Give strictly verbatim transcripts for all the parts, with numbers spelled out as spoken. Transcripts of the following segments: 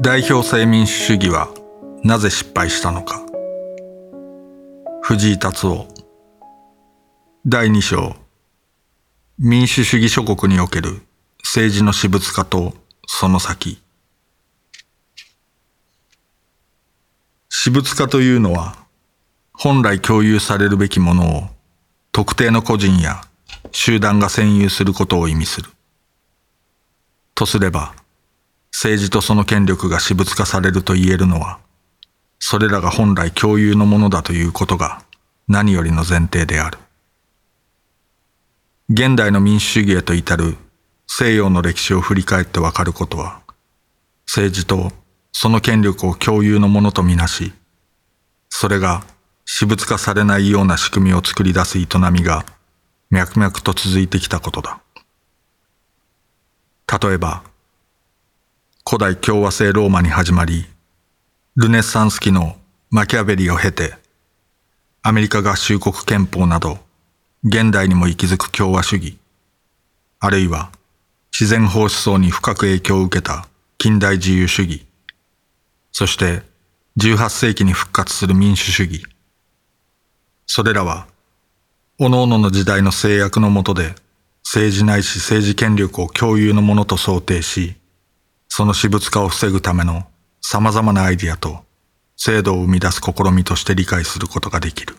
代表制民主主義はなぜ失敗したのか。藤井達夫。だいに章、民主主義諸国における政治の私物化とその先。私物化というのは、本来共有されるべきものを特定の個人や集団が占有することを意味する。とすれば、政治とその権力が私物化されると言えるのは、それらが本来共有のものだということが何よりの前提である。現代の民主主義へと至る西洋の歴史を振り返ってわかることは、政治とその権力を共有のものとみなし、それが私物化されないような仕組みを作り出す営みが脈々と続いてきたことだ。例えば、古代共和制ローマに始まり、ルネッサンス期のマキャベリを経て、アメリカ合衆国憲法など、現代にも息づく共和主義、あるいは自然法思想に深く影響を受けた近代自由主義、そしてじゅうはっせいきに復活する民主主義。それらは、各々の時代の制約の下で政治ないし政治権力を共有のものと想定し、その私物化を防ぐための様々なアイディアと制度を生み出す試みとして理解することができる。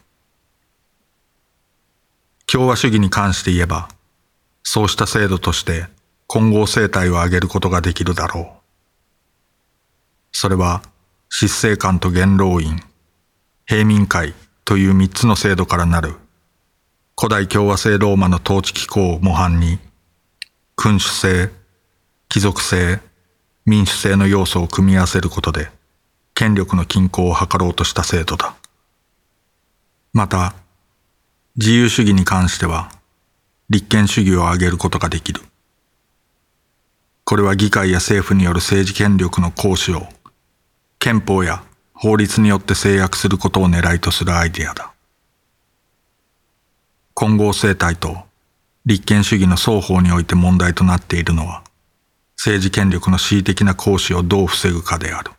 共和主義に関して言えば、そうした制度として混合政体を挙げることができるだろう。それは、執政官と元老院、平民会という三つの制度からなる古代共和制ローマの統治機構を模範に、君主制、貴族制、民主制の要素を組み合わせることで、権力の均衡を図ろうとした制度だ。また、自由主義に関しては、立憲主義を挙げることができる。これは議会や政府による政治権力の行使を、憲法や法律によって制約することを狙いとするアイデアだ。混合政体と立憲主義の双方において問題となっているのは、政治権力の恣意的な行使をどう防ぐかである。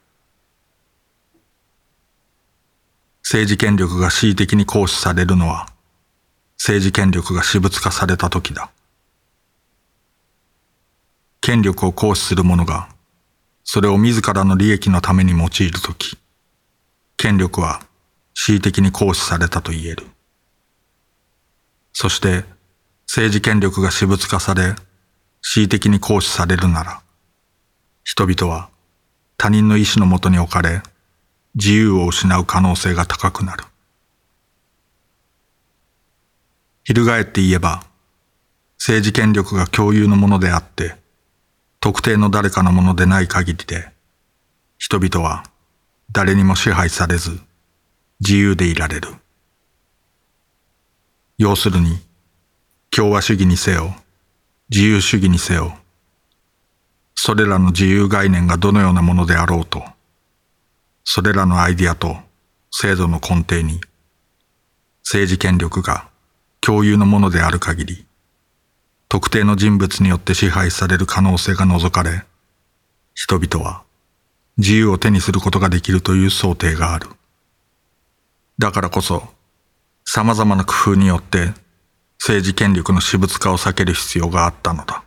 政治権力が恣意的に行使されるのは、政治権力が私物化されたときだ。権力を行使する者が、それを自らの利益のために用いるとき、権力は恣意的に行使されたと言える。そして、政治権力が私物化され、恣意的に行使されるなら、人々は他人の意志のもとに置かれ、自由を失う可能性が高くなる。翻って言えば、政治権力が共有のものであって、特定の誰かのものでない限りで、人々は誰にも支配されず、自由でいられる。要するに、共和主義にせよ、自由主義にせよ、それらの自由概念がどのようなものであろうと、それらのアイディアと制度の根底に、政治権力が共有のものである限り、特定の人物によって支配される可能性が除かれ、人々は自由を手にすることができるという想定がある。だからこそ、様々な工夫によって政治権力の私物化を避ける必要があったのだ。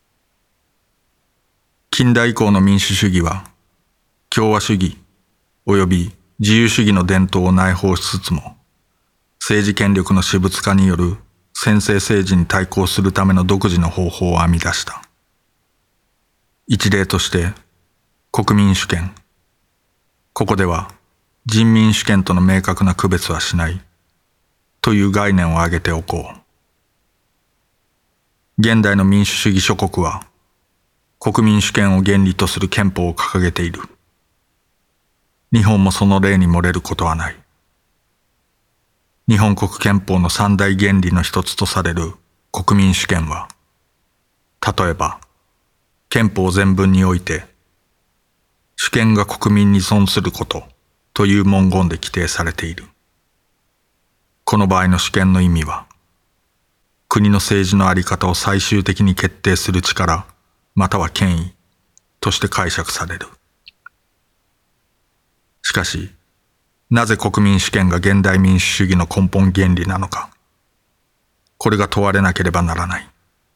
近代以降の民主主義は、共和主義及び自由主義の伝統を内包しつつも、政治権力の私物化による専制政治に対抗するための独自の方法を編み出した。一例として、国民主権。ここでは、人民主権との明確な区別はしない、という概念を挙げておこう。現代の民主主義諸国は、国民主権を原理とする憲法を掲げている。日本もその例に漏れることはない。日本国憲法の三大原理の一つとされる国民主権は、例えば、憲法全文において、主権が国民に存することという文言で規定されている。この場合の主権の意味は、国の政治のあり方を最終的に決定する力、または権威として解釈される。 しかし、なぜ国民主権が現代民主主義の根本原理なのか、これが問われなければならない。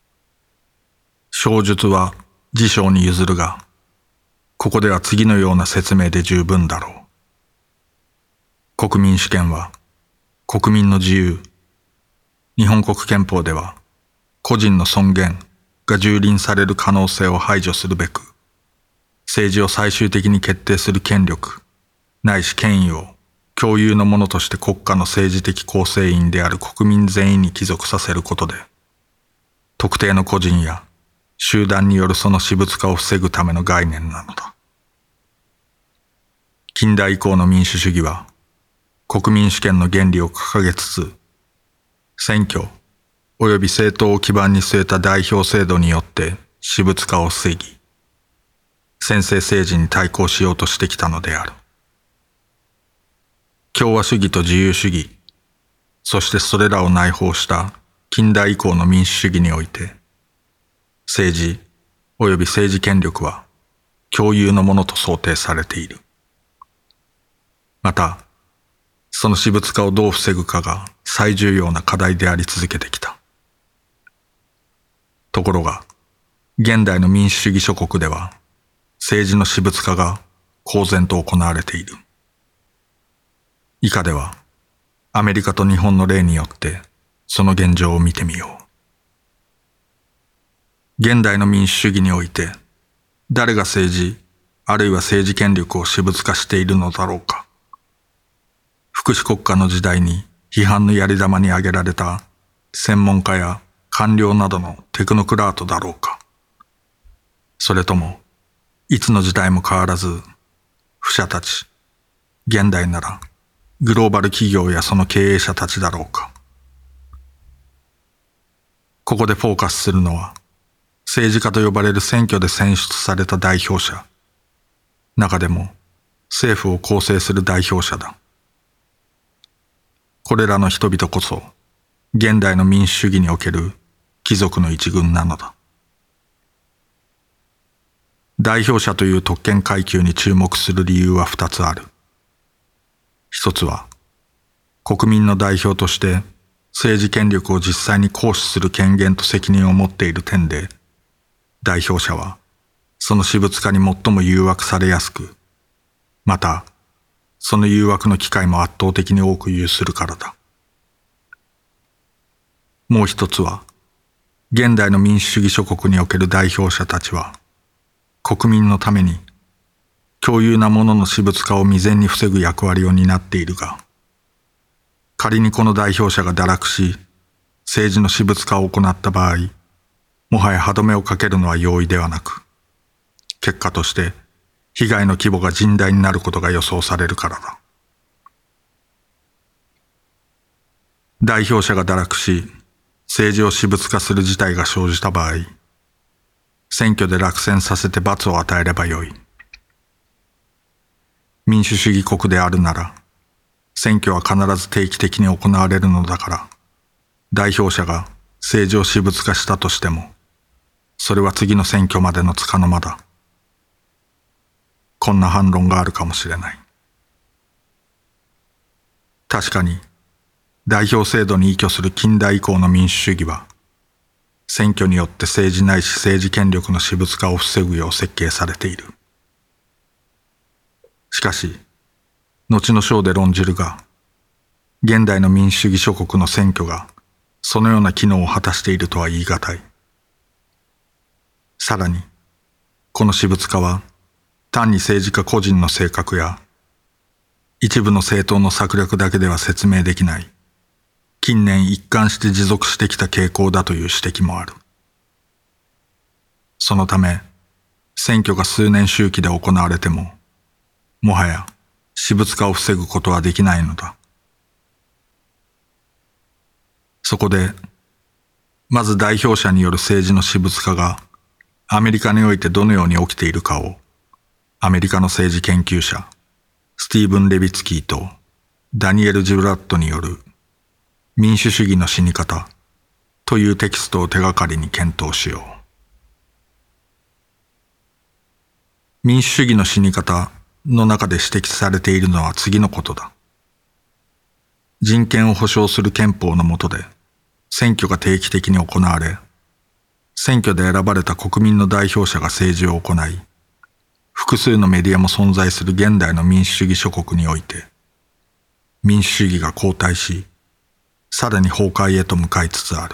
詳述は辞書に譲るが、ここでは次のような説明で十分だろう。国民主権は国民の自由。日本国憲法では個人の尊厳が蹂躙される可能性を排除するべく、政治を最終的に決定する権力、ないし権威を共有のものとして国家の政治的構成員である国民全員に帰属させることで、特定の個人や集団によるその私物化を防ぐための概念なのだ。近代以降の民主主義は、国民主権の原理を掲げつつ、選挙及び政党を基盤に据えた代表制度によって私物化を防ぎ、専制政治に対抗しようとしてきたのである。共和主義と自由主義、そしてそれらを内包した近代以降の民主主義において、政治及び政治権力は共有のものと想定されている。また、その私物化をどう防ぐかが最重要な課題であり続けてきた。ところが、現代の民主主義諸国では、政治の私物化が公然と行われている。以下では、アメリカと日本の例によって、その現状を見てみよう。現代の民主主義において、誰が政治、あるいは政治権力を私物化しているのだろうか。福祉国家の時代に批判のやり玉に挙げられた専門家や官僚などのテクノクラートだろうか。それとも、いつの時代も変わらず、富者たち、現代ならグローバル企業やその経営者たちだろうか。ここでフォーカスするのは、政治家と呼ばれる選挙で選出された代表者、中でも政府を構成する代表者だ。これらの人々こそ、現代の民主主義における貴族の一群なのだ。代表者という特権階級に注目する理由は二つある。一つは、国民の代表として政治権力を実際に行使する権限と責任を持っている点で、代表者はその私物化に最も誘惑されやすく、また、その誘惑の機会も圧倒的に多く有するからだ。もう一つは、現代の民主主義諸国における代表者たちは、国民のために共有なものの私物化を未然に防ぐ役割を担っているが、仮にこの代表者が堕落し、政治の私物化を行った場合、もはや歯止めをかけるのは容易ではなく、結果として被害の規模が甚大になることが予想されるからだ。代表者が堕落し、政治を私物化する事態が生じた場合、選挙で落選させて罰を与えればよい。民主主義国であるなら、選挙は必ず定期的に行われるのだから、代表者が政治を私物化したとしても、それは次の選挙までの束の間だ。こんな反論があるかもしれない。確かに、代表制度に依拠する近代以降の民主主義は、選挙によって政治ないし政治権力の私物化を防ぐよう設計されている。しかし、後の章で論じるが、現代の民主主義諸国の選挙がそのような機能を果たしているとは言い難い。さらに、この私物化は単に政治家個人の性格や一部の政党の策略だけでは説明できない、近年一貫して持続してきた傾向だという指摘もある。そのため、選挙が数年周期で行われても、もはや私物化を防ぐことはできないのだ。そこで、まず代表者による政治の私物化がアメリカにおいてどのように起きているかを、アメリカの政治研究者、スティーブン・レビツキーとダニエル・ジブラットによる民主主義の死に方というテキストを手がかりに検討しよう。民主主義の死に方の中で指摘されているのは次のことだ。人権を保障する憲法の下で選挙が定期的に行われ、選挙で選ばれた国民の代表者が政治を行い、複数のメディアも存在する現代の民主主義諸国において、民主主義が後退し、さらに崩壊へと向かいつつある。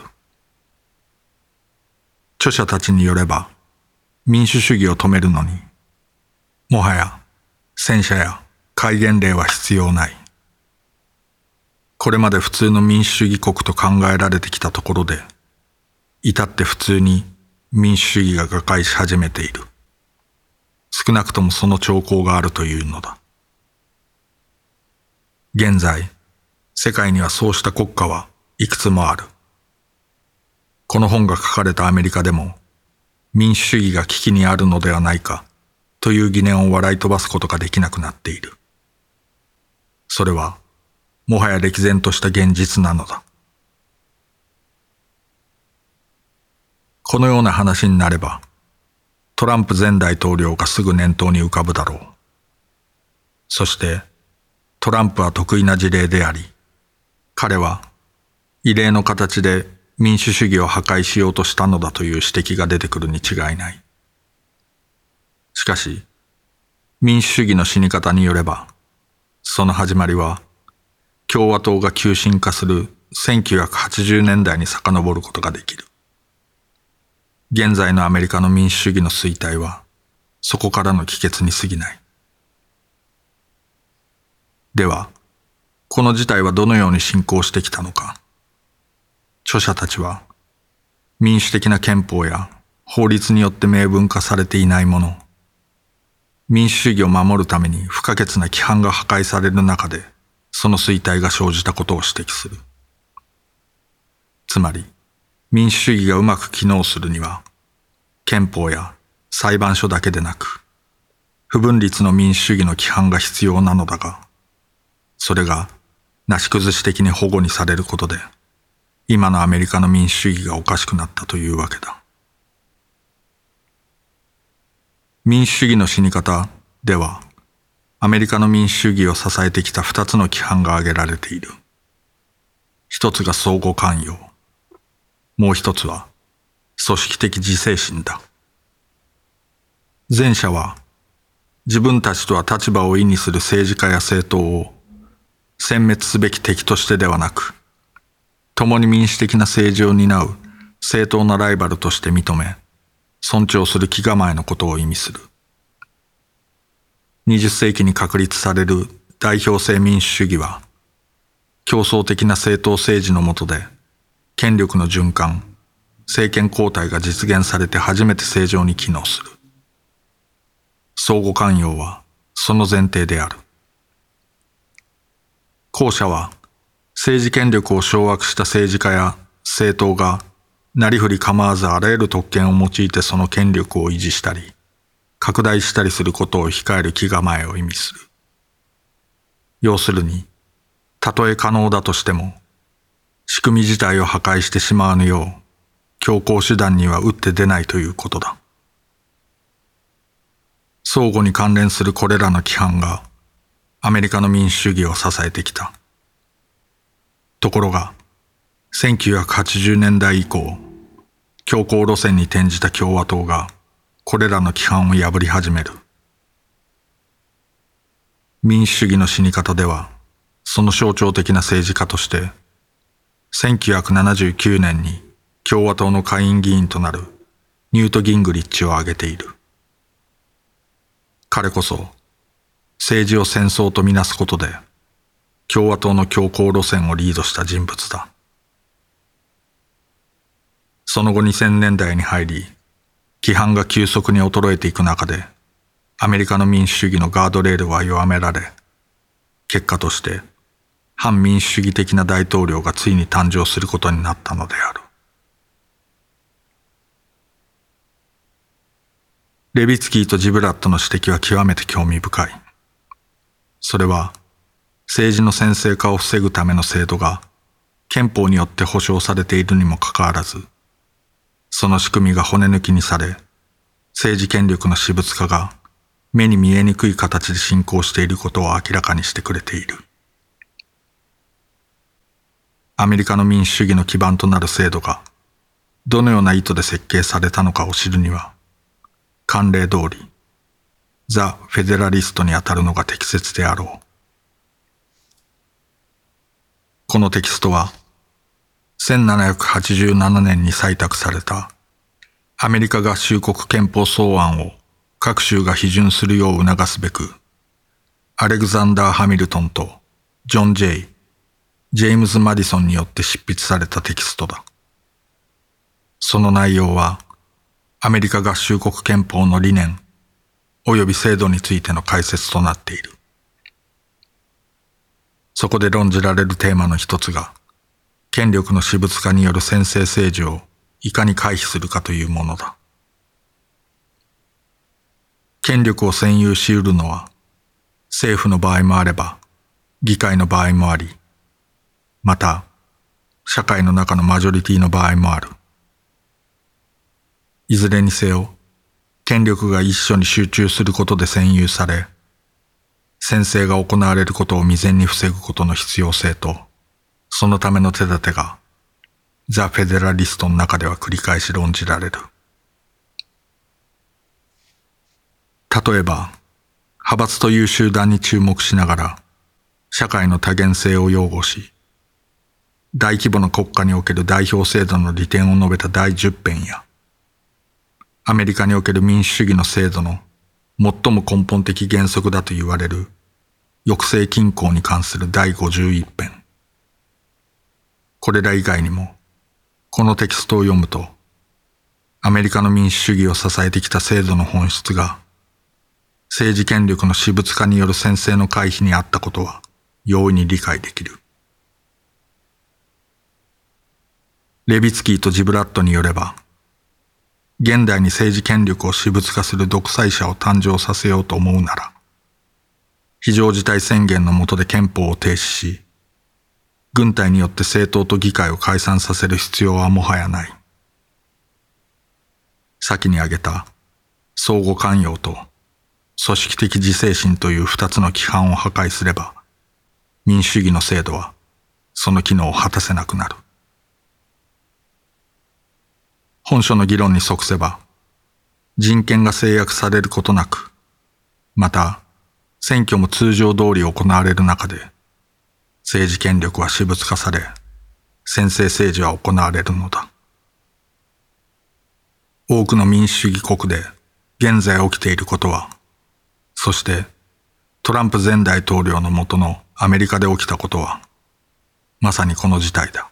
著者たちによれば、民主主義を止めるのに、もはや戦車や戒厳令は必要ない。これまで普通の民主主義国と考えられてきたところで、至って普通に民主主義が瓦解し始めている。少なくともその兆候があるというのだ。現在、世界にはそうした国家はいくつもある。この本が書かれたアメリカでも、民主主義が危機にあるのではないかという疑念を笑い飛ばすことができなくなっている。それは、もはや歴然とした現実なのだ。このような話になれば、トランプ前大統領がすぐ念頭に浮かぶだろう。そして、トランプは得意な事例であり、彼は異例の形で民主主義を破壊しようとしたのだという指摘が出てくるに違いない。しかし、民主主義の死に方によれば、その始まりは、共和党が急進化するせんきゅうひゃくはちじゅうねんだいに遡ることができる。現在のアメリカの民主主義の衰退は、そこからの帰結に過ぎない。では、この事態はどのように進行してきたのか。著者たちは、民主的な憲法や法律によって明文化されていないもの、民主主義を守るために不可欠な規範が破壊される中で、その衰退が生じたことを指摘する。つまり、民主主義がうまく機能するには、憲法や裁判所だけでなく、不分立の民主主義の規範が必要なのだが、それがなし崩し的に保護にされることで、今のアメリカの民主主義がおかしくなったというわけだ。民主主義の死に方では、アメリカの民主主義を支えてきた二つの規範が挙げられている。一つが相互関与。もう一つは組織的自制心だ。前者は自分たちとは立場を意にする政治家や政党を殲滅すべき敵としてではなく、共に民主的な政治を担う正当なライバルとして認め、尊重する気構えのことを意味する。にじゅっせいきに確立される代表制民主主義は、競争的な政党政治の下で、権力の循環、政権交代が実現されて初めて正常に機能する。相互関与はその前提である。後者は、政治権力を掌握した政治家や政党が、なりふり構わずあらゆる特権を用いてその権力を維持したり、拡大したりすることを控える気構えを意味する。要するに、たとえ可能だとしても、仕組み自体を破壊してしまわぬよう、強硬手段には打って出ないということだ。相互に関連するこれらの規範が、アメリカの民主主義を支えてきた。ところが、せんきゅうひゃくはちじゅうねんだい以降、強硬路線に転じた共和党が、これらの規範を破り始める。民主主義の死に方では、その象徴的な政治家として、せんきゅうひゃくななじゅうきゅうねんに共和党の下院議員となるニュート・ギングリッチを挙げている。彼こそ、政治を戦争とみなすことで、共和党の強硬路線をリードした人物だ。その後にせんねんだいに入り、規範が急速に衰えていく中で、アメリカの民主主義のガードレールは弱められ、結果として反民主主義的な大統領がついに誕生することになったのである。レビツキーとジブラットの指摘は極めて興味深い。それは、政治の専制化を防ぐための制度が憲法によって保障されているにもかかわらず、その仕組みが骨抜きにされ、政治権力の私物化が目に見えにくい形で進行していることを明らかにしてくれている。アメリカの民主主義の基盤となる制度がどのような意図で設計されたのかを知るには、慣例通りザ・フェデラリストにあたるのが適切であろう。このテキストはせんななひゃくはちじゅうななねんに採択されたアメリカ合衆国憲法草案を各州が批准するよう促すべく、アレグザンダー・ハミルトンとジョン・ジェイ、ジェームズ・マディソンによって執筆されたテキストだ。その内容は、アメリカ合衆国憲法の理念及び制度についての解説となっている。そこで論じられるテーマの一つが、権力の私物化による専制政治をいかに回避するかというものだ。権力を占有し得るのは、政府の場合もあれば、議会の場合もあり、また、社会の中のマジョリティの場合もある。いずれにせよ、権力が一緒に集中することで占有され、専制が行われることを未然に防ぐことの必要性と、そのための手立てが、ザ・フェデラリストの中では繰り返し論じられる。例えば、派閥という集団に注目しながら、社会の多元性を擁護し、大規模な国家における代表制度の利点を述べた第十編や、アメリカにおける民主主義の制度の最も根本的原則だと言われる抑制均衡に関する第五十一編。これら以外にも、このテキストを読むと、アメリカの民主主義を支えてきた制度の本質が、政治権力の私物化による専制の回避にあったことは容易に理解できる。レビツキーとジブラットによれば、現代に政治権力を私物化する独裁者を誕生させようと思うなら、非常事態宣言の下で憲法を停止し、軍隊によって政党と議会を解散させる必要はもはやない。先に挙げた相互関与と組織的自制心という二つの規範を破壊すれば、民主主義の制度はその機能を果たせなくなる。本書の議論に即せば、人権が制約されることなく、また選挙も通常通り行われる中で、政治権力は私物化され、専制政治は行われるのだ。多くの民主主義国で現在起きていることは、そしてトランプ前大統領の下のアメリカで起きたことは、まさにこの事態だ。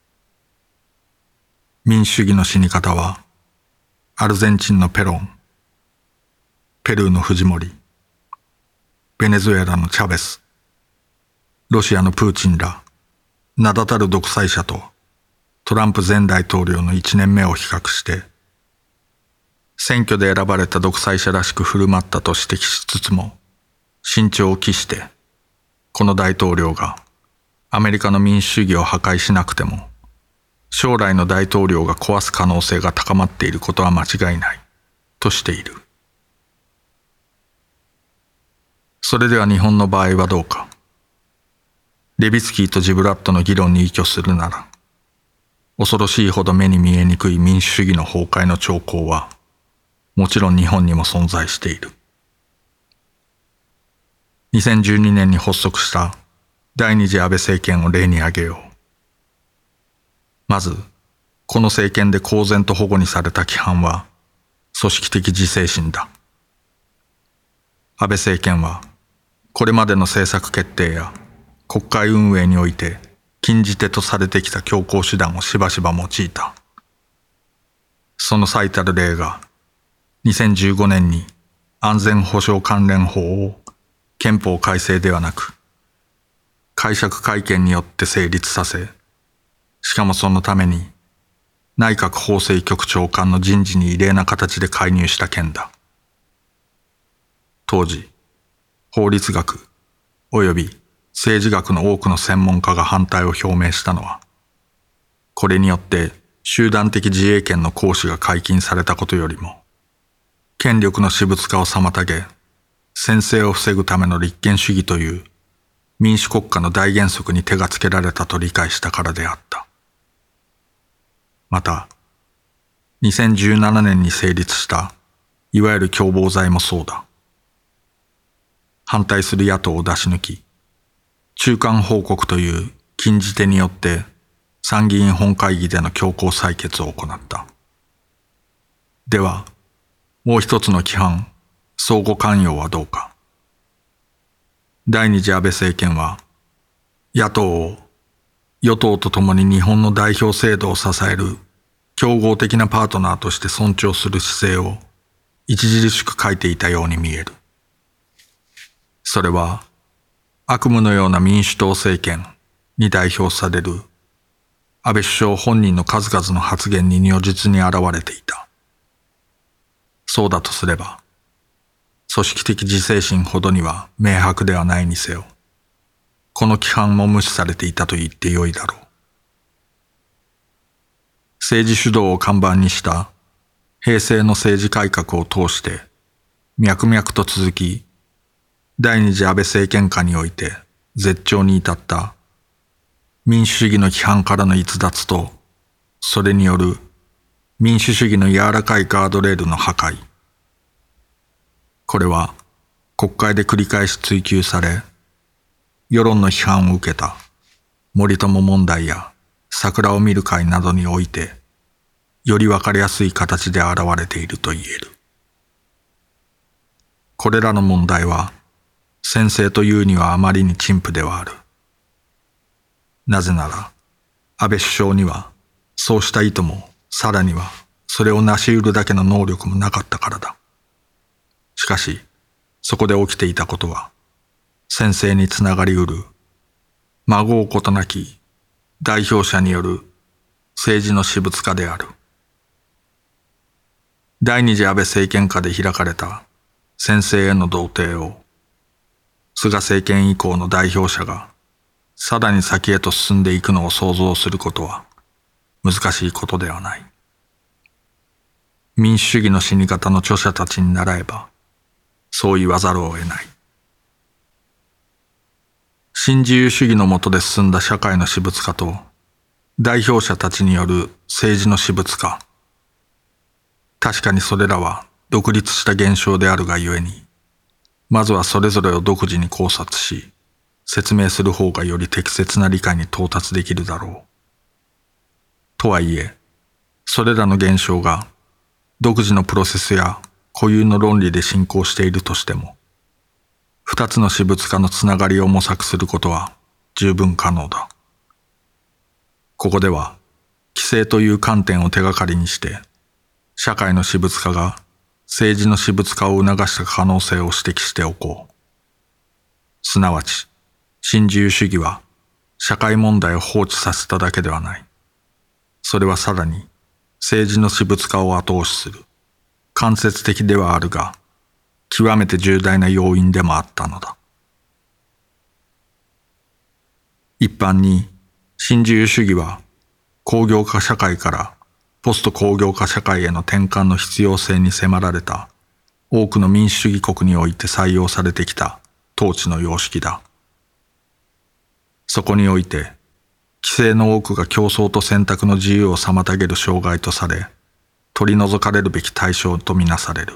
民主主義の死に方は、アルゼンチンのペロン、ペルーのフジモリ、ベネズエラのチャベス、ロシアのプーチンら名だたる独裁者とトランプ前大統領の一年目を比較して、選挙で選ばれた独裁者らしく振る舞ったと指摘しつつも、慎重を期して、この大統領がアメリカの民主主義を破壊しなくても、将来の大統領が壊す可能性が高まっていることは間違いない、としている。それでは日本の場合はどうか。レビツキーとジブラットの議論に依拠するなら、恐ろしいほど目に見えにくい民主主義の崩壊の兆候は、もちろん日本にも存在している。にせんじゅうにねんに発足した第二次安倍政権を例に挙げよう。まず、この政権で公然と保護にされた規範は、組織的自制心だ。安倍政権は、これまでの政策決定や国会運営において禁じ手とされてきた強硬手段をしばしば用いた。その最たる例が、にせんじゅうごねんに安全保障関連法を憲法改正ではなく、解釈改憲によって成立させ、しかもそのために内閣法制局長官の人事に異例な形で介入した件だ。当時、法律学及び政治学の多くの専門家が反対を表明したのは、これによって集団的自衛権の行使が解禁されたことよりも、権力の私物化を妨げ、 専制を防ぐための立憲主義という民主国家の大原則に手がつけられたと理解したからであった。また、にせんじゅうななねんに成立したいわゆる共謀罪もそうだ。反対する野党を出し抜き、中間報告という禁じ手によって参議院本会議での強行採決を行った。では、もう一つの規範、相互関与はどうか。第二次安倍政権は、野党を与党と共に日本の代表制度を支える競合的なパートナーとして尊重する姿勢を著しく欠いていたように見える。それは悪夢のような民主党政権に代表される安倍首相本人の数々の発言に如実に現れていた。そうだとすれば、組織的自制心ほどには明白ではないにせよ、この規範も無視されていたと言ってよいだろう。政治主導を看板にした平成の政治改革を通して脈々と続き、第二次安倍政権下において絶頂に至った民主主義の規範からの逸脱と、それによる民主主義の柔らかいガードレールの破壊。これは国会で繰り返し追及され、世論の批判を受けた森友問題や桜を見る会などにおいて、よりわかりやすい形で現れていると言える。これらの問題は、専制というにはあまりに陳腐ではある。なぜなら、安倍首相には、そうした意図も、さらには、それを成し得るだけの能力もなかったからだ。しかし、そこで起きていたことは、専制につながり得る、まごうことなき代表者による政治の私物化である。第二次安倍政権下で開かれた専制への同定を、菅政権以降の代表者がさらに先へと進んでいくのを想像することは難しいことではない。民主主義の死に方の著者たちに倣えば、そう言わざるを得ない。新自由主義の下で進んだ社会の私物化と、代表者たちによる政治の私物化。確かにそれらは独立した現象であるがゆえに、まずはそれぞれを独自に考察し、説明する方がより適切な理解に到達できるだろう。とはいえ、それらの現象が独自のプロセスや固有の論理で進行しているとしても、二つの私物化のつながりを模索することは十分可能だ。ここでは、規制という観点を手がかりにして、社会の私物化が政治の私物化を促した可能性を指摘しておこう。すなわち、新自由主義は社会問題を放置させただけではない。それはさらに政治の私物化を後押しする間接的ではあるが、極めて重大な要因でもあったのだ。一般に新自由主義は工業化社会からポスト工業化社会への転換の必要性に迫られた多くの民主主義国において採用されてきた統治の様式だ。そこにおいて規制の多くが競争と選択の自由を妨げる障害とされ、取り除かれるべき対象とみなされる。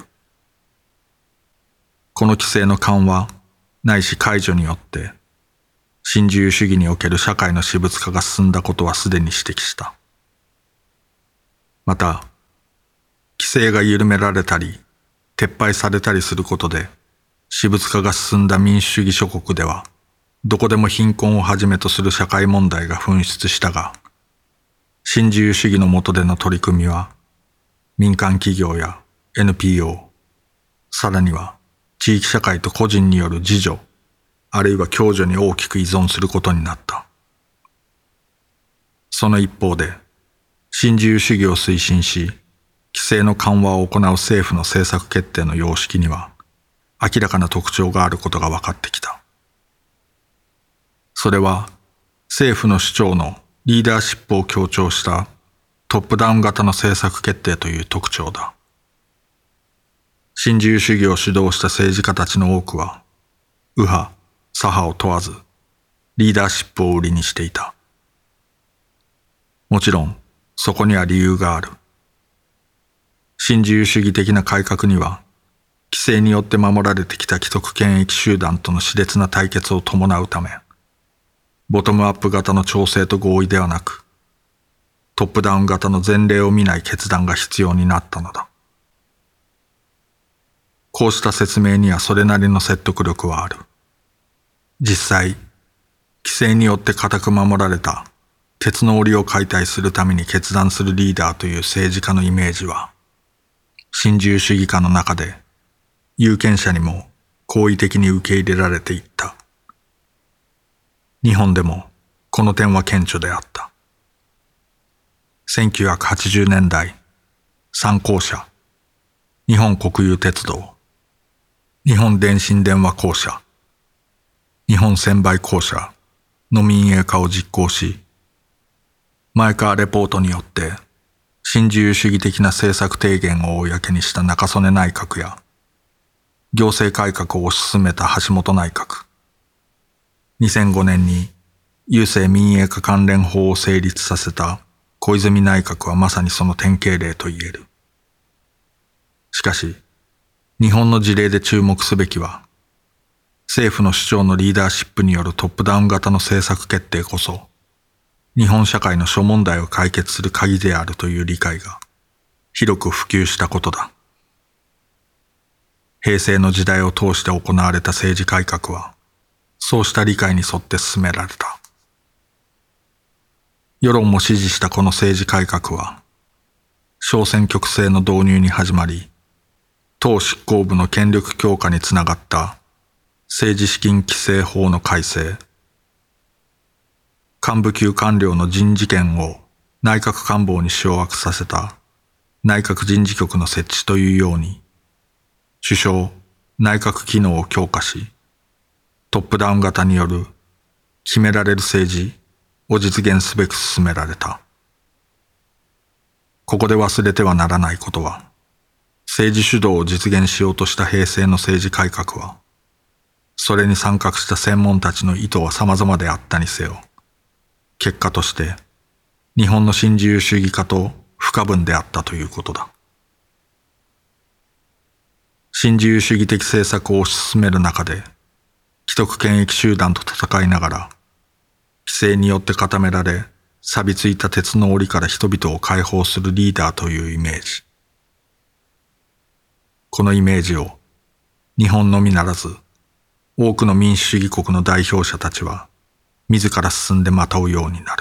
この規制の緩和ないし解除によって新自由主義における社会の私物化が進んだことはすでに指摘した。また、規制が緩められたり撤廃されたりすることで私物化が進んだ民主主義諸国ではどこでも貧困をはじめとする社会問題が噴出したが、新自由主義の下での取り組みは民間企業や エヌピーオー、さらには地域社会と個人による自助、あるいは共助に大きく依存することになった。その一方で、新自由主義を推進し、規制の緩和を行う政府の政策決定の様式には、明らかな特徴があることが分かってきた。それは、政府の主張のリーダーシップを強調したトップダウン型の政策決定という特徴だ。 新自由主義を主導した政治家たちの多くは、右派、左派を問わず、リーダーシップを売りにしていた。もちろん、そこには理由がある。新自由主義的な改革には、規制によって守られてきた既得権益集団との熾烈な対決を伴うため、ボトムアップ型の調整と合意ではなく、トップダウン型の前例を見ない決断が必要になったのだ。こうした説明にはそれなりの説得力はある。実際、規制によって固く守られた鉄の檻を解体するために決断するリーダーという政治家のイメージは、新自由主義下の中で有権者にも好意的に受け入れられていった。日本でもこの点は顕著であった。せんきゅうひゃくはちじゅうねんだい、三公社、日本国有鉄道、日本電信電話公社、日本専売公社の民営化を実行し、前川レポートによって新自由主義的な政策提言を公にした中曽根内閣や、行政改革を推し進めた橋本内閣、にせんごねんに郵政民営化関連法を成立させた小泉内閣はまさにその典型例と言える。しかし、日本の事例で注目すべきは、政府の主張のリーダーシップによるトップダウン型の政策決定こそ、日本社会の諸問題を解決する鍵であるという理解が広く普及したことだ。平成の時代を通して行われた政治改革は、そうした理解に沿って進められた。世論も支持したこの政治改革は、小選挙区制の導入に始まり、党執行部の権力強化につながった政治資金規正法の改正、幹部級官僚の人事権を内閣官房に掌握させた内閣人事局の設置というように、首相、内閣機能を強化し、トップダウン型による決められる政治を実現すべく進められた。ここで忘れてはならないことは、政治主導を実現しようとした平成の政治改革は、それに参画した専門たちの意図は様々であったにせよ、結果として日本の新自由主義化と不可分であったということだ。新自由主義的政策を推し進める中で、既得権益集団と戦いながら、規制によって固められ、錆びついた鉄の檻から人々を解放するリーダーというイメージ。このイメージを日本のみならず多くの民主主義国の代表者たちは自ら進んでまとうようになる。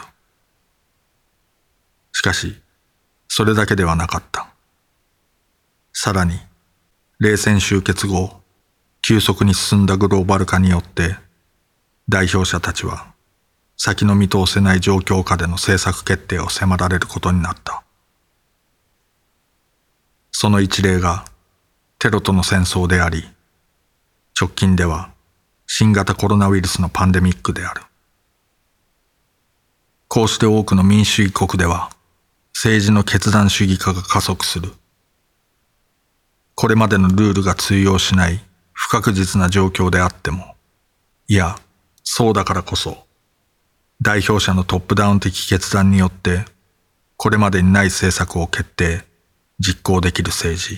しかしそれだけではなかった。さらに冷戦終結後、急速に進んだグローバル化によって代表者たちは先の見通せない状況下での政策決定を迫られることになった。その一例がテロとの戦争であり、直近では新型コロナウイルスのパンデミックである。こうして多くの民主主義国では政治の決断主義化が加速する。これまでのルールが通用しない不確実な状況であっても、いや、そうだからこそ、代表者のトップダウン的決断によって、これまでにない政策を決定、実行できる政治。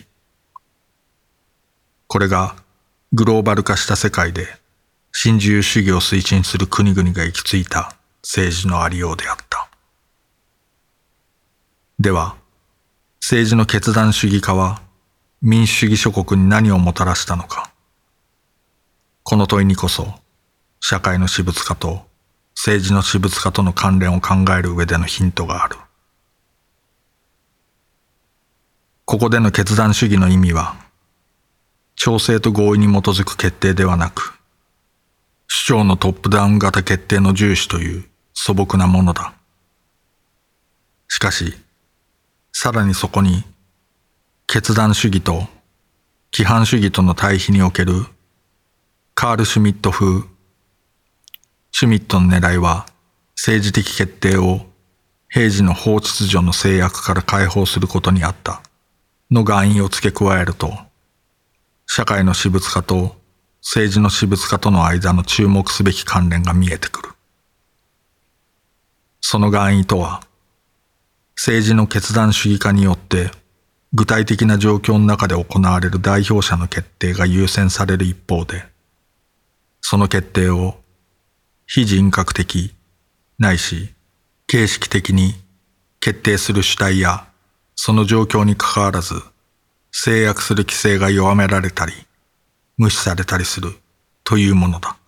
これがグローバル化した世界で新自由主義を推進する国々が行き着いた政治のありようであった。では、政治の決断主義化は民主主義諸国に何をもたらしたのか。この問いにこそ、社会の私物化と政治の私物化との関連を考える上でのヒントがある。ここでの決断主義の意味は、調整と合意に基づく決定ではなく、首長のトップダウン型決定の重視という素朴なものだ。しかし、さらにそこに、決断主義と規範主義との対比におけるカール・シュミット風、シュミットの狙いは政治的決定を平時の法秩序の制約から解放することにあったの含意を付け加えると、 社会の私物化と政治の私物化との間の注目すべき関連が見えてくる。その含意とは、政治の決断主義化によって具体的な状況の中で行われる代表者の決定が優先される一方で、その決定を非人格的ないし形式的に決定する主体やその状況にかかわらず制約する規制が弱められたり無視されたりするというものだ。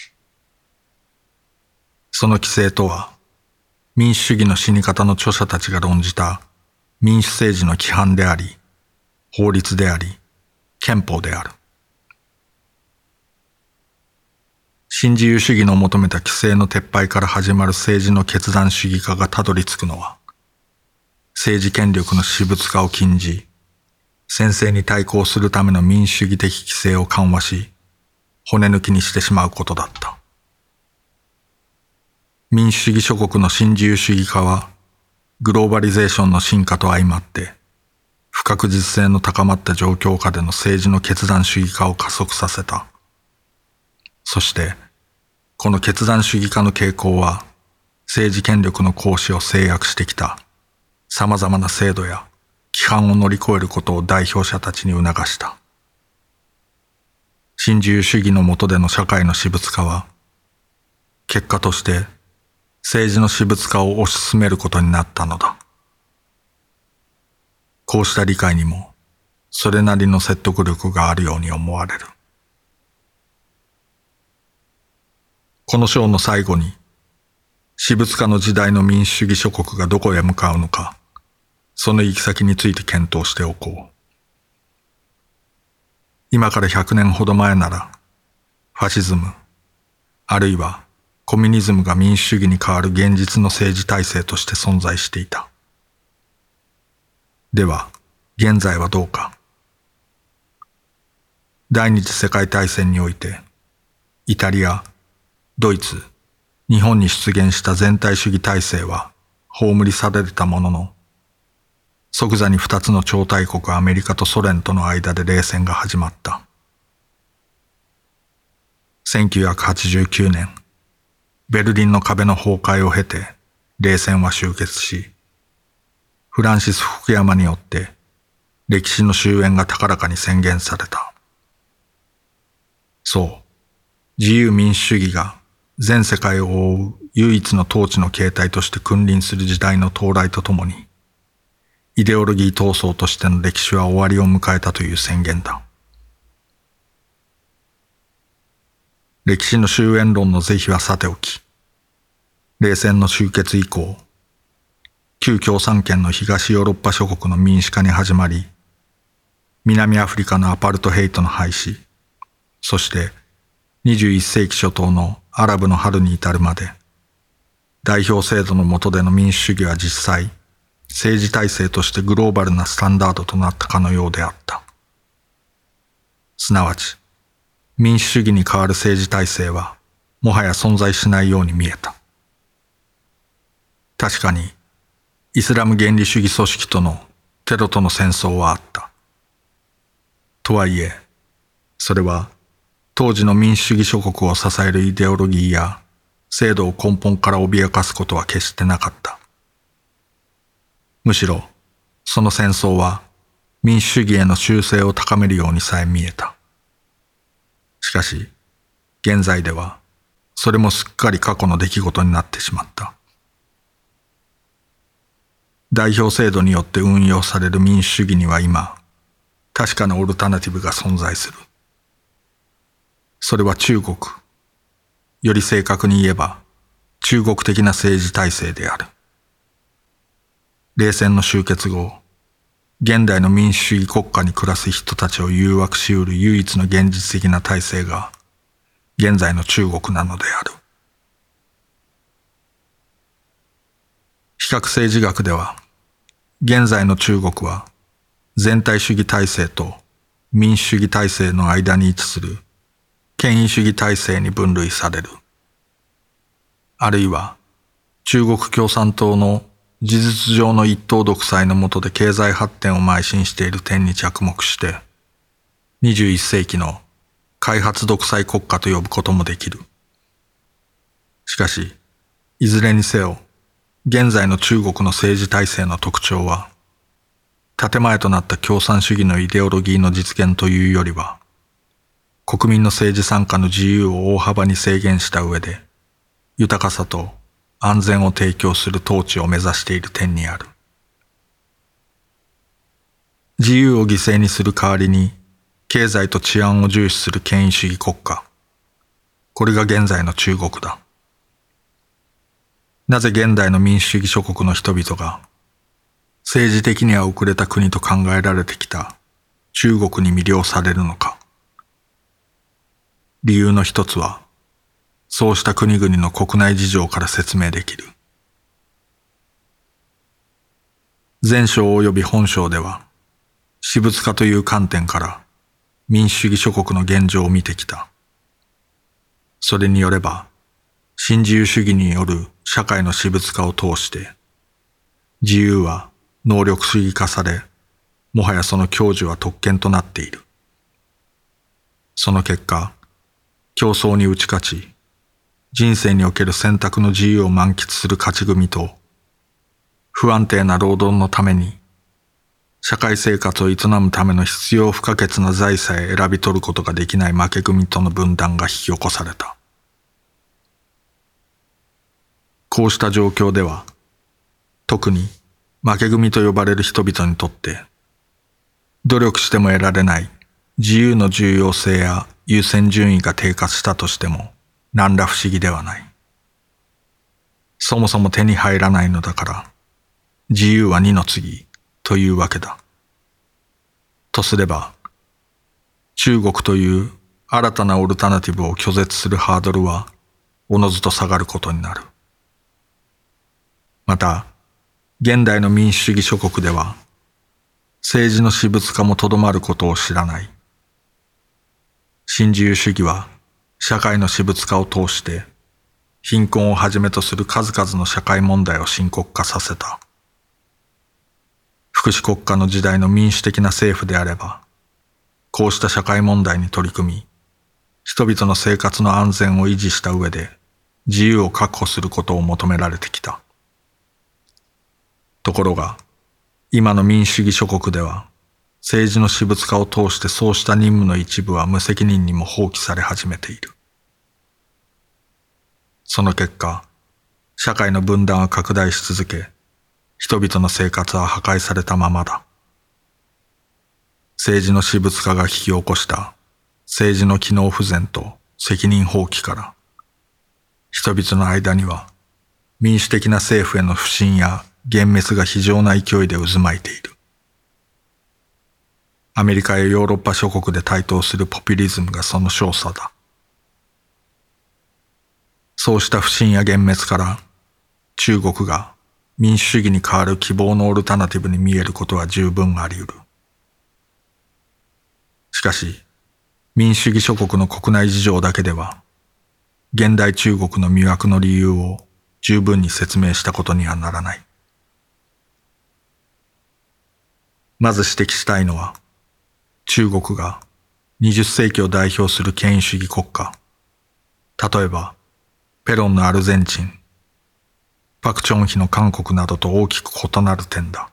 その規制とは民主主義の死に方の著者たちが論じた民主政治の規範であり、法律であり、憲法である。新自由主義の求めた規制の撤廃から始まる政治の決断主義化がたどり着くのは、政治権力の私物化を禁じ、専制に対抗するための民主主義的規制を緩和し、骨抜きにしてしまうことだった。民主主義諸国の新自由主義化は、グローバリゼーションの進化と相まって、不確実性の高まった状況下での政治の決断主義化を加速させた。そして、この決断主義化の傾向は、政治権力の行使を制約してきた様々な制度や規範を乗り越えることを代表者たちに促した。新自由主義の下での社会の私物化は、結果として政治の私物化を推し進めることになったのだ。こうした理解にも、それなりの説得力があるように思われる。この章の最後に、私物化の時代の民主主義諸国がどこへ向かうのか、その行き先について検討しておこう。今からひゃくねんほど前なら、ファシズム、あるいはコミュニズムが民主主義に代わる現実の政治体制として存在していた。では、現在はどうか。第二次世界大戦において、イタリア、ドイツ、日本に出現した全体主義体制は葬り去られたものの、即座に二つの超大国アメリカとソ連との間で冷戦が始まった。せんきゅうひゃくはちじゅうきゅうねん、ベルリンの壁の崩壊を経て冷戦は終結し、フランシス・フクヤマによって歴史の終焉が高らかに宣言された。そう、自由民主主義が全世界を覆う唯一の統治の形態として君臨する時代の到来とともに、イデオロギー闘争としての歴史は終わりを迎えたという宣言だ。歴史の終焉論の是非はさておき、冷戦の終結以降、旧共産圏の東ヨーロッパ諸国の民主化に始まり、南アフリカのアパルトヘイトの廃止、そしてにじゅういっせいき初頭のアラブの春に至るまで、代表制度の下での民主主義は実際、政治体制としてグローバルなスタンダードとなったかのようであった。すなわち、民主主義に代わる政治体制は、もはや存在しないように見えた。確かに、イスラム原理主義組織とのテロとの戦争はあった。とはいえ、それは、当時の民主主義諸国を支えるイデオロギーや制度を根本から脅かすことは決してなかった。むしろ、その戦争は民主主義への忠誠を高めるようにさえ見えた。しかし、現在では、それもすっかり過去の出来事になってしまった。代表制度によって運用される民主主義には今、確かなオルタナティブが存在する。それは中国、より正確に言えば中国的な政治体制である。冷戦の終結後、現代の民主主義国家に暮らす人たちを誘惑し得る唯一の現実的な体制が現在の中国なのである。比較政治学では、現在の中国は全体主義体制と民主主義体制の間に位置する権威主義体制に分類される。あるいは中国共産党の事実上の一党独裁の下で経済発展を邁進している点に着目して、 にじゅういっ世紀の開発独裁国家と呼ぶこともできる。しかし、いずれにせよ、現在の中国の政治体制の特徴は、建前となった共産主義のイデオロギーの実現というよりは、国民の政治参加の自由を大幅に制限した上で、豊かさと安全を提供する統治を目指している点にある。自由を犠牲にする代わりに、経済と治安を重視する権威主義国家。これが現在の中国だ。なぜ現代の民主主義諸国の人々が、政治的には遅れた国と考えられてきた中国に魅了されるのか。理由の一つは、そうした国々の国内事情から説明できる。前章及び本章では、私物化という観点から民主主義諸国の現状を見てきた。それによれば、新自由主義による社会の私物化を通して、自由は能力主義化され、もはやその享受は特権となっている。その結果、競争に打ち勝ち、人生における選択の自由を満喫する勝ち組と、不安定な労働のために、社会生活を営むための必要不可欠な財さえ選び取ることができない負け組との分断が引き起こされた。こうした状況では、特に負け組と呼ばれる人々にとって、努力しても得られない自由の重要性や優先順位が低下したとしても何ら不思議ではない。そもそも手に入らないのだから、自由は二の次というわけだ。とすれば、中国という新たなオルタナティブを拒絶するハードルはおのずと下がることになる。また、現代の民主主義諸国では、政治の私物化もとどまることを知らない。新自由主義は、社会の私物化を通して、貧困をはじめとする数々の社会問題を深刻化させた。福祉国家の時代の民主的な政府であれば、こうした社会問題に取り組み、人々の生活の安全を維持した上で、自由を確保することを求められてきた。ところが、今の民主主義諸国では、政治の私物化を通してそうした任務の一部は無責任にも放棄され始めている。その結果、社会の分断は拡大し続け、人々の生活は破壊されたままだ。政治の私物化が引き起こした政治の機能不全と責任放棄から、人々の間には民主的な政府への不信や幻滅が非常な勢いで渦巻いている。アメリカやヨーロッパ諸国で台頭するポピュリズムがその少佐だ。そうした不信や幻滅から中国が民主主義に代わる希望のオルタナティブに見えることは十分あり得る。しかし、民主主義諸国の国内事情だけでは、現代中国の魅惑の理由を十分に説明したことにはならない。まず指摘したいのは、中国がにじゅっ世紀を代表する権威主義国家、例えば、ペロンのアルゼンチン、パクチョンヒの韓国などと大きく異なる点だ。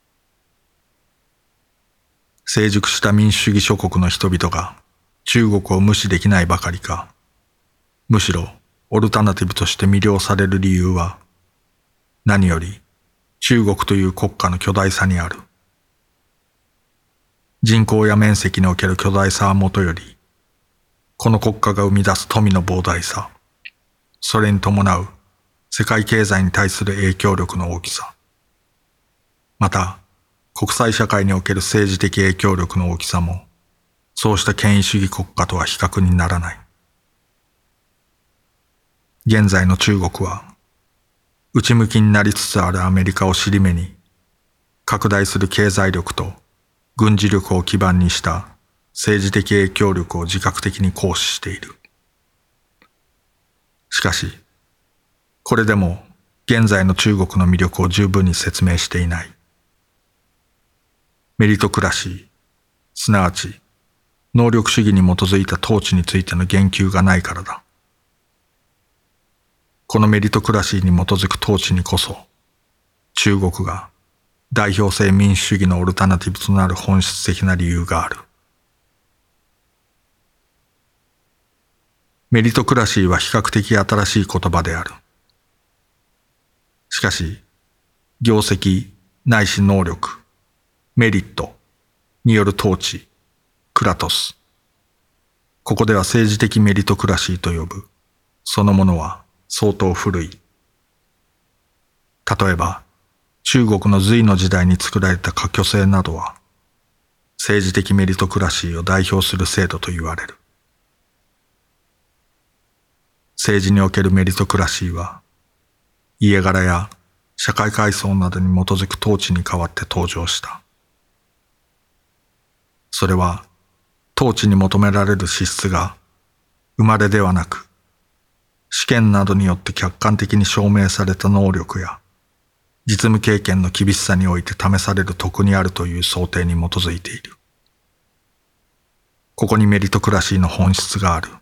成熟した民主主義諸国の人々が中国を無視できないばかりか、むしろオルタナティブとして魅了される理由は、何より中国という国家の巨大さにある。人口や面積における巨大さはもとより、この国家が生み出す富の膨大さ、それに伴う世界経済に対する影響力の大きさ、また国際社会における政治的影響力の大きさも、そうした権威主義国家とは比較にならない。現在の中国は、内向きになりつつあるアメリカを尻目に、拡大する経済力と軍事力を基盤にした政治的影響力を自覚的に行使している。しかし、これでも現在の中国の魅力を十分に説明していない。メリトクラシー、すなわち能力主義に基づいた統治についての言及がないからだ。このメリトクラシーに基づく統治にこそ、中国が代表性民主主義のオルタナティブとなる本質的な理由がある。メリトクラシーは比較的新しい言葉である。しかし、業績ないし能力、メリットによる統治、クラトス。ここでは政治的メリトクラシーと呼ぶ。そのものは相当古い。例えば、中国の隋の時代に作られた科挙制などは、政治的メリトクラシーを代表する制度と言われる。政治におけるメリトクラシーは、家柄や社会階層などに基づく統治に代わって登場した。それは、統治に求められる資質が、生まれではなく、試験などによって客観的に証明された能力や、実務経験の厳しさにおいて試される徳にあるという想定に基づいている。ここにメリトクラシーの本質がある。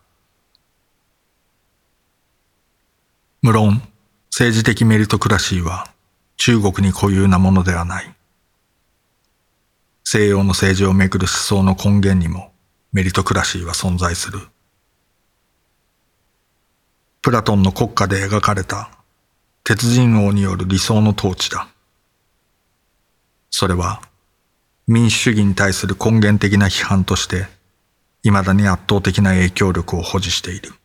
無論、政治的メリトクラシーは中国に固有なものではない。西洋の政治をめぐる思想の根源にもメリトクラシーは存在する。プラトンの国家で描かれた鉄人王による理想の統治だ。それは民主主義に対する根源的な批判として未だに圧倒的な影響力を保持している。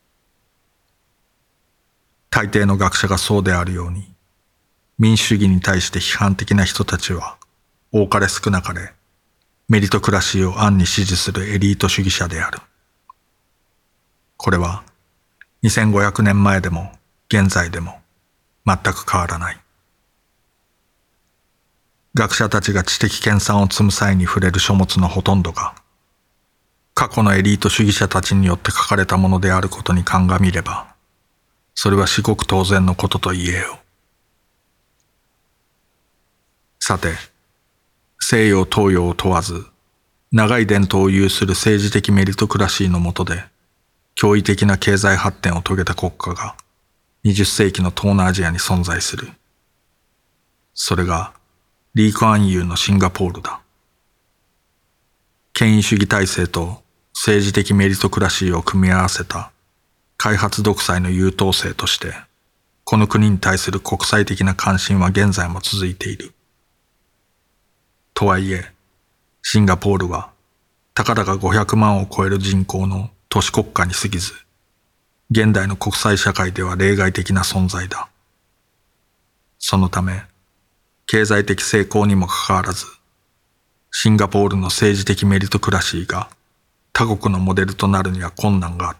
大抵の学者がそうであるように、民主主義に対して批判的な人たちは多かれ少なかれメリトクラシーを暗に支持するエリート主義者である。これはにせんごひゃくねんまえでも現在でも全く変わらない。学者たちが知的研鑽を積む際に触れる書物のほとんどが過去のエリート主義者たちによって書かれたものであることに鑑みれば、それは至極当然のことと言えよう。さて、西洋東洋を問わず、長い伝統を有する政治的メリトクラシーの下で、驚異的な経済発展を遂げた国家がにじゅっせいきの東南アジアに存在する。それがリー・クアンユーのシンガポールだ。権威主義体制と政治的メリトクラシーを組み合わせた開発独裁の優等生として、この国に対する国際的な関心は現在も続いている。とはいえ、シンガポールは、たかだかごひゃくまんを超える人口の都市国家に過ぎず、現代の国際社会では例外的な存在だ。そのため、経済的成功にもかかわらず、シンガポールの政治的メリトクラシーが他国のモデルとなるには困難があった。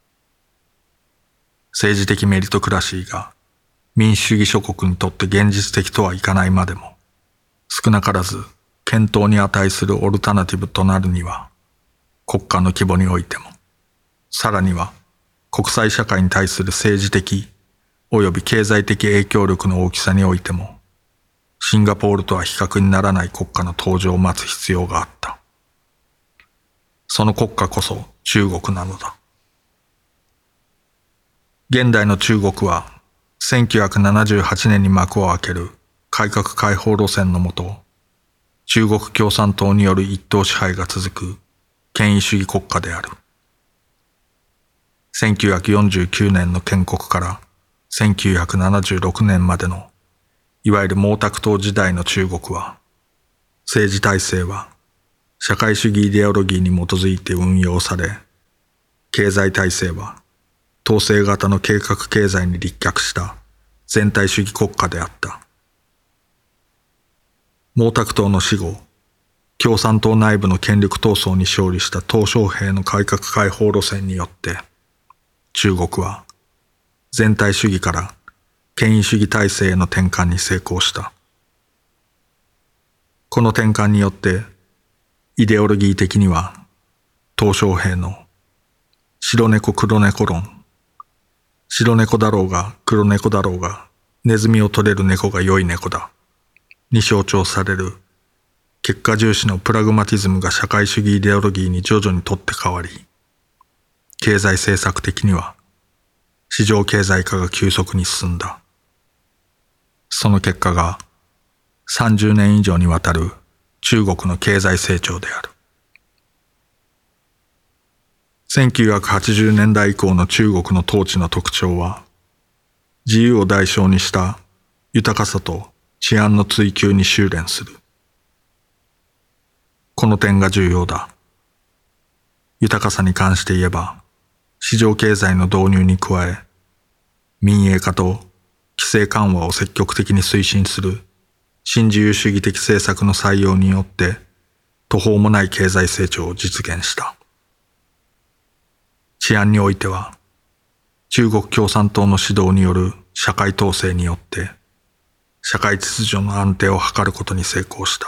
政治的メリトクラシーが民主主義諸国にとって現実的とはいかないまでも、少なからず検討に値するオルタナティブとなるには、国家の規模においても、さらには国際社会に対する政治的及び経済的影響力の大きさにおいても、シンガポールとは比較にならない国家の登場を待つ必要があった。その国家こそ中国なのだ。現代の中国はせんきゅうひゃくななじゅうはちねんに幕を開ける改革開放路線のもと、中国共産党による一党支配が続く権威主義国家である。せんきゅうひゃくよんじゅうきゅうねんの建国からせんきゅうひゃくななじゅうろくねんまでのいわゆる毛沢東時代の中国は、政治体制は社会主義イデオロギーに基づいて運用され、経済体制は統制型の計画経済に立脚した全体主義国家であった。毛沢東の死後、共産党内部の権力闘争に勝利した鄧小平の改革開放路線によって、中国は全体主義から権威主義体制への転換に成功した。この転換によって、イデオロギー的には、鄧小平の白猫黒猫論、白猫だろうが黒猫だろうがネズミを取れる猫が良い猫だに象徴される結果重視のプラグマティズムが社会主義イデオロギーに徐々に取って変わり、経済政策的には市場経済化が急速に進んだ。その結果がさんじゅうねん以上にわたる中国の経済成長である。せんきゅうひゃくはちじゅうねんだい以降の中国の統治の特徴は、自由を代償にした豊かさと治安の追求に修練する。この点が重要だ。豊かさに関して言えば、市場経済の導入に加え、民営化と規制緩和を積極的に推進する新自由主義的政策の採用によって途方もない経済成長を実現した。治安においては、中国共産党の指導による社会統制によって社会秩序の安定を図ることに成功した。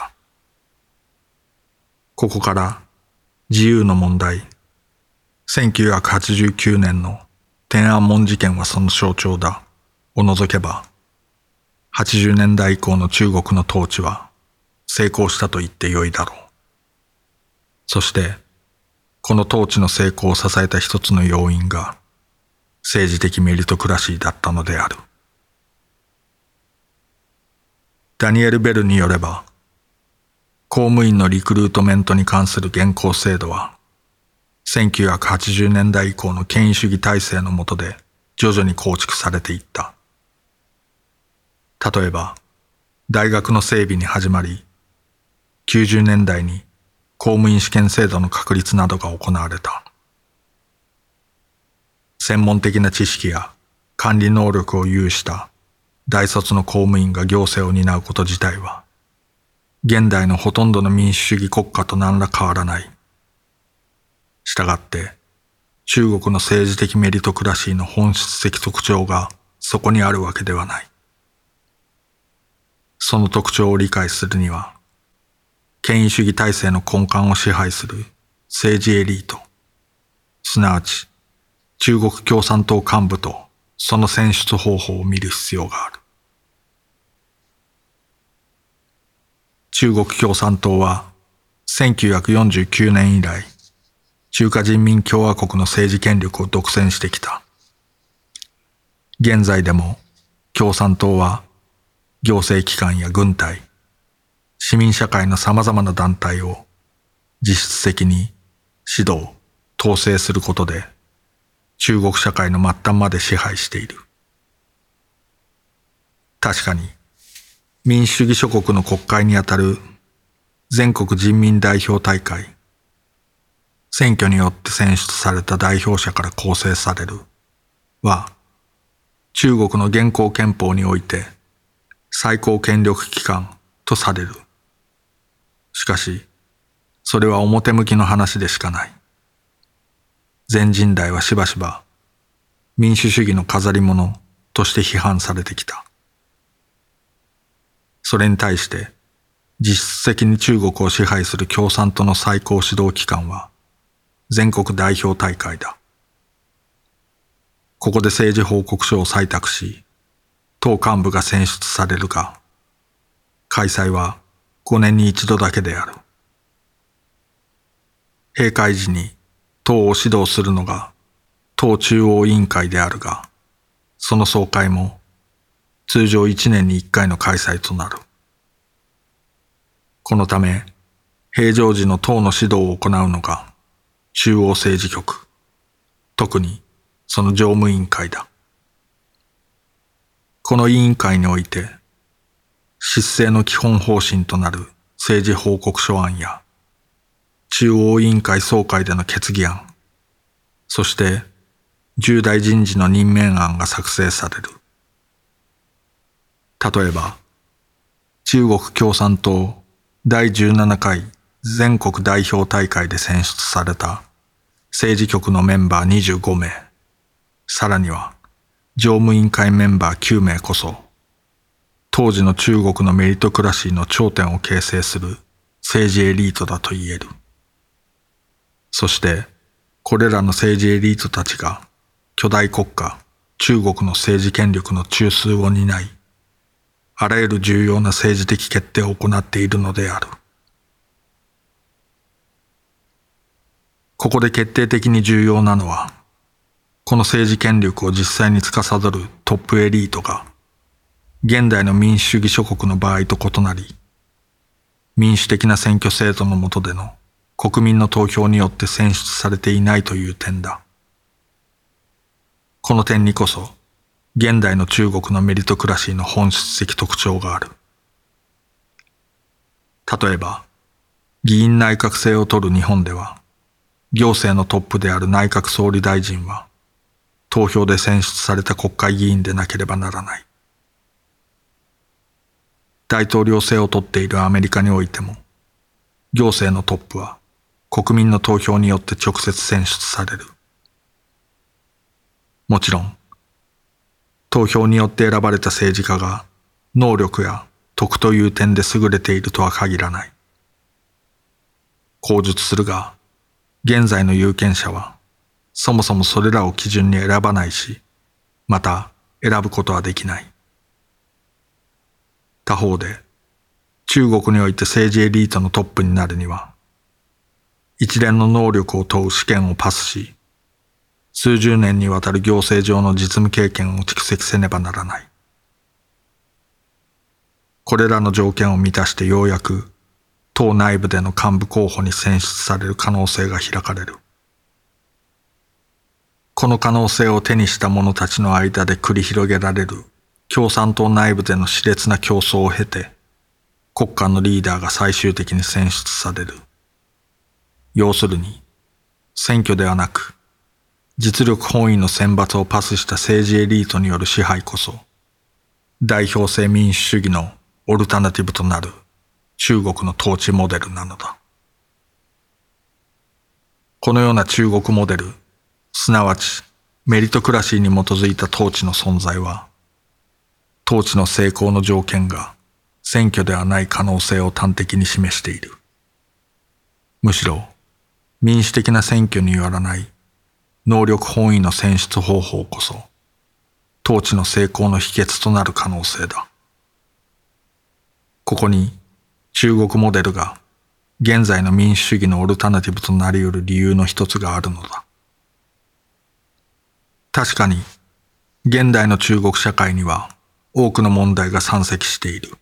ここから自由の問題、せんきゅうひゃくはちじゅうきゅうねんの天安門事件はその象徴だを除けば、はちじゅうねんだい以降の中国の統治は成功したと言ってよいだろう。そして、この統治の成功を支えた一つの要因が政治的メリトクラシーだったのである。ダニエル・ベルによれば、公務員のリクルートメントに関する現行制度は、せんきゅうひゃくはちじゅうねんだい以降の権威主義体制の下で徐々に構築されていった。例えば、大学の整備に始まり、きゅうじゅうねんだいに公務員試験制度の確立などが行われた。専門的な知識や管理能力を有した大卒の公務員が行政を担うこと自体は、現代のほとんどの民主主義国家と何ら変わらない。したがって、中国の政治的メリトクラシーの本質的特徴がそこにあるわけではない。その特徴を理解するには、権威主義体制の根幹を支配する政治エリート、すなわち中国共産党幹部とその選出方法を見る必要がある。中国共産党はせんきゅうひゃくよんじゅうきゅうねん以来、中華人民共和国の政治権力を独占してきた。現在でも共産党は行政機関や軍隊、市民社会の様々な団体を実質的に指導、統制することで中国社会の末端まで支配している。確かに民主主義諸国の国会にあたる全国人民代表大会、選挙によって選出された代表者から構成されるは、中国の現行憲法において最高権力機関とされる。しかし、それは表向きの話でしかない。全人代はしばしば民主主義の飾り物として批判されてきた。それに対して実質的に中国を支配する共産党の最高指導機関は全国代表大会だ。ここで政治報告書を採択し、党幹部が選出されるが、開催はごねんに一度だけである。閉会時に党を指導するのが党中央委員会であるが、その総会も通常いちねんにいっかいの開催となる。このため、平常時の党の指導を行うのが中央政治局、特にその常務委員会だ。この委員会において、執政の基本方針となる政治報告書案や、中央委員会総会での決議案、そして重大人事の任命案が作成される。例えば、中国共産党だいじゅうななかい全国代表大会で選出された政治局のメンバーにじゅうごめい、さらには常務委員会メンバーきゅうめいこそ、当時の中国のメリトクラシーの頂点を形成する政治エリートだと言える。そして、これらの政治エリートたちが巨大国家中国の政治権力の中枢を担い、あらゆる重要な政治的決定を行っているのである。 ここで決定的に重要なのは、この政治権力を実際に司るトップエリートが、現代の民主主義諸国の場合と異なり、民主的な選挙制度の下での国民の投票によって選出されていないという点だ。この点にこそ、現代の中国のメリトクラシーの本質的特徴がある。例えば、議院内閣制を取る日本では、行政のトップである内閣総理大臣は、投票で選出された国会議員でなければならない。大統領制を取っているアメリカにおいても、行政のトップは国民の投票によって直接選出される。もちろん、投票によって選ばれた政治家が能力や徳という点で優れているとは限らない。口述するが、現在の有権者はそもそもそれらを基準に選ばないし、また選ぶことはできない。他方で、中国において政治エリートのトップになるには、一連の能力を問う試験をパスし、数十年にわたる行政上の実務経験を蓄積せねばならない。これらの条件を満たしてようやく、党内部での幹部候補に選出される可能性が開かれる。この可能性を手にした者たちの間で繰り広げられる共産党内部での熾烈な競争を経て、国家のリーダーが最終的に選出される。要するに、選挙ではなく、実力本位の選抜をパスした政治エリートによる支配こそ、代表制民主主義のオルタナティブとなる中国の統治モデルなのだ。このような中国モデル、すなわちメリトクラシーに基づいた統治の存在は、統治の成功の条件が選挙ではない可能性を端的に示している。むしろ民主的な選挙によらない能力本位の選出方法こそ統治の成功の秘訣となる可能性だ。ここに中国モデルが現在の民主主義のオルタナティブとなり得る理由の一つがあるのだ。確かに現代の中国社会には多くの問題が山積している。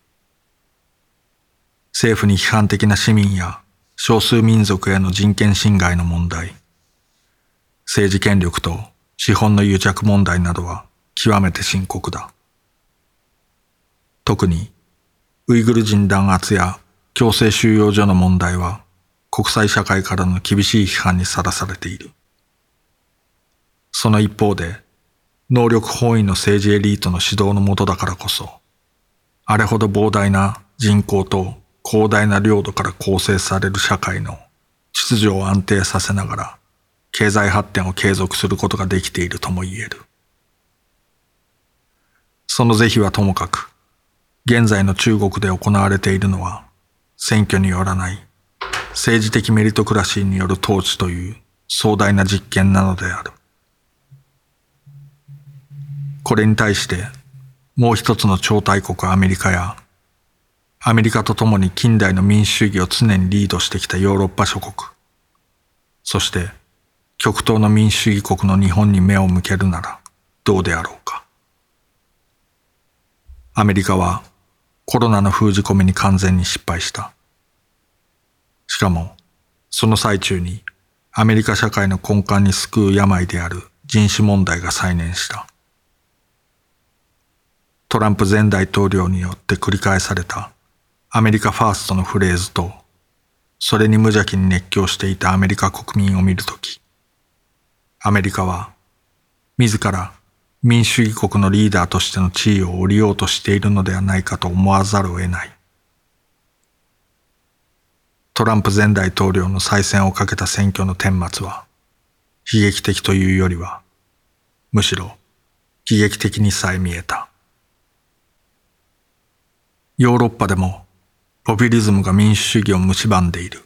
政府に批判的な市民や少数民族への人権侵害の問題、政治権力と資本の癒着問題などは極めて深刻だ。特にウイグル人弾圧や強制収容所の問題は国際社会からの厳しい批判にさらされている。その一方で、能力本位の政治エリートの指導の下だからこそ、あれほど膨大な人口と広大な領土から構成される社会の秩序を安定させながら、経済発展を継続することができているとも言える。その是非はともかく、現在の中国で行われているのは、選挙によらない政治的メリトクラシーによる統治という壮大な実験なのである。これに対して、もう一つの超大国アメリカや、アメリカと共に近代の民主主義を常にリードしてきたヨーロッパ諸国、そして極東の民主主義国の日本に目を向けるならどうであろうか。アメリカはコロナの封じ込めに完全に失敗した。しかも、その最中にアメリカ社会の根幹に救う病である人種問題が再燃した。トランプ前大統領によって繰り返されたアメリカファーストのフレーズと、それに無邪気に熱狂していたアメリカ国民を見るとき、アメリカは自ら民主主義国のリーダーとしての地位を降りようとしているのではないかと思わざるを得ない。トランプ前大統領の再選をかけた選挙の顛末は、悲劇的というよりは、むしろ悲劇的にさえ見えた。ヨーロッパでもポピュリズムが民主主義を蝕んでいる。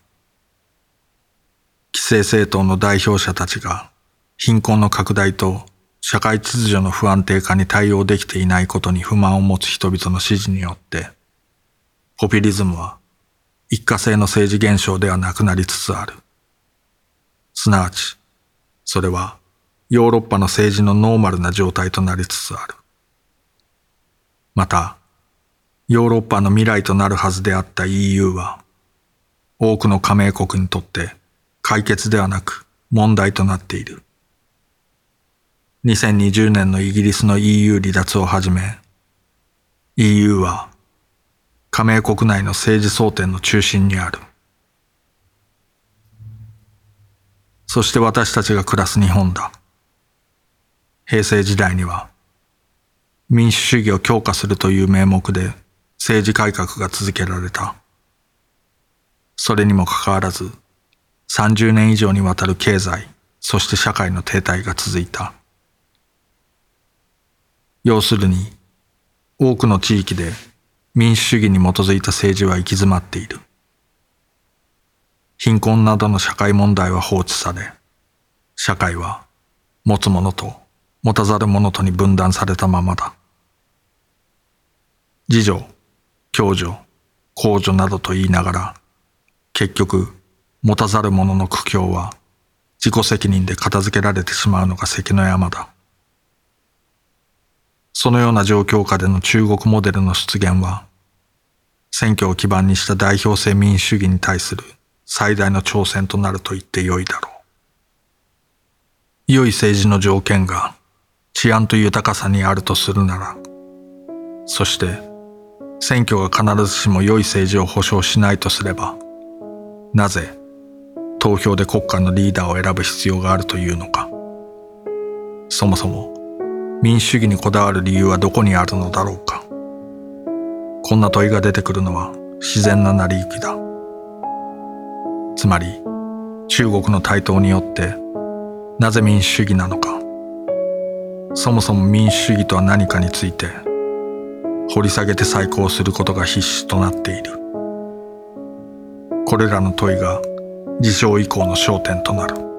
既成政党の代表者たちが貧困の拡大と社会秩序の不安定化に対応できていないことに不満を持つ人々の支持によって、ポピュリズムは一過性の政治現象ではなくなりつつある。 すなわち、それはヨーロッパの政治のノーマルな状態となりつつある。また、ヨーロッパの未来となるはずであった イーユー は、多くの加盟国にとって解決ではなく問題となっている。にせんにじゅうねんのイギリスの イーユー 離脱をはじめ、イーユー は加盟国内の政治争点の中心にある。そして私たちが暮らす日本だ。平成時代には民主主義を強化するという名目で政治改革が続けられた。それにもかかわらずさんじゅうねん以上にわたる経済、そして社会の停滞が続いた。要するに、多くの地域で民主主義に基づいた政治は行き詰まっている。貧困などの社会問題は放置され、社会は持つ者と持たざる者とに分断されたままだ。自助、共助、公助などと言いながら、結局、持たざる者の苦境は自己責任で片付けられてしまうのが関の山だ。そのような状況下での中国モデルの出現は、選挙を基盤にした代表制民主主義に対する最大の挑戦となると言ってよいだろう。良い政治の条件が治安と豊かさにあるとするなら、そして選挙が必ずしも良い政治を保障しないとすれば、なぜ投票で国家のリーダーを選ぶ必要があるというのか。そもそも民主主義にこだわる理由はどこにあるのだろうか。こんな問いが出てくるのは自然な成り行きだ。つまり中国の台頭によってなぜ民主主義なのか、そもそも民主主義とは何かについて掘り下げて再考することが必須となっている。これらの問いが自称以降の焦点となる。